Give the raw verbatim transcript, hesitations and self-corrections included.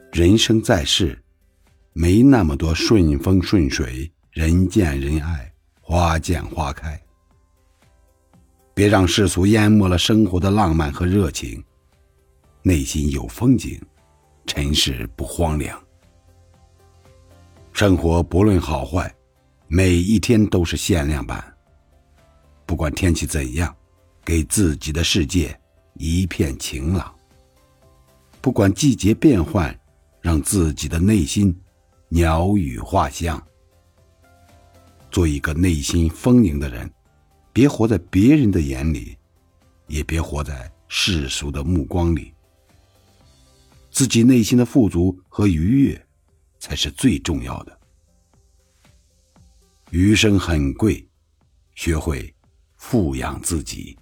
人生在世，没那么多顺风顺水，人见人爱，花见花开。别让世俗淹没了生活的浪漫和热情，内心有风景，尘世不荒凉。生活不论好坏，每一天都是限量版。不管天气怎样，给自己的世界一片晴朗。不管季节变换，让自己的内心鸟语花香。做一个内心丰盈的人，别活在别人的眼里，也别活在世俗的目光里。自己内心的富足和愉悦才是最重要的。余生很贵，学会富养自己。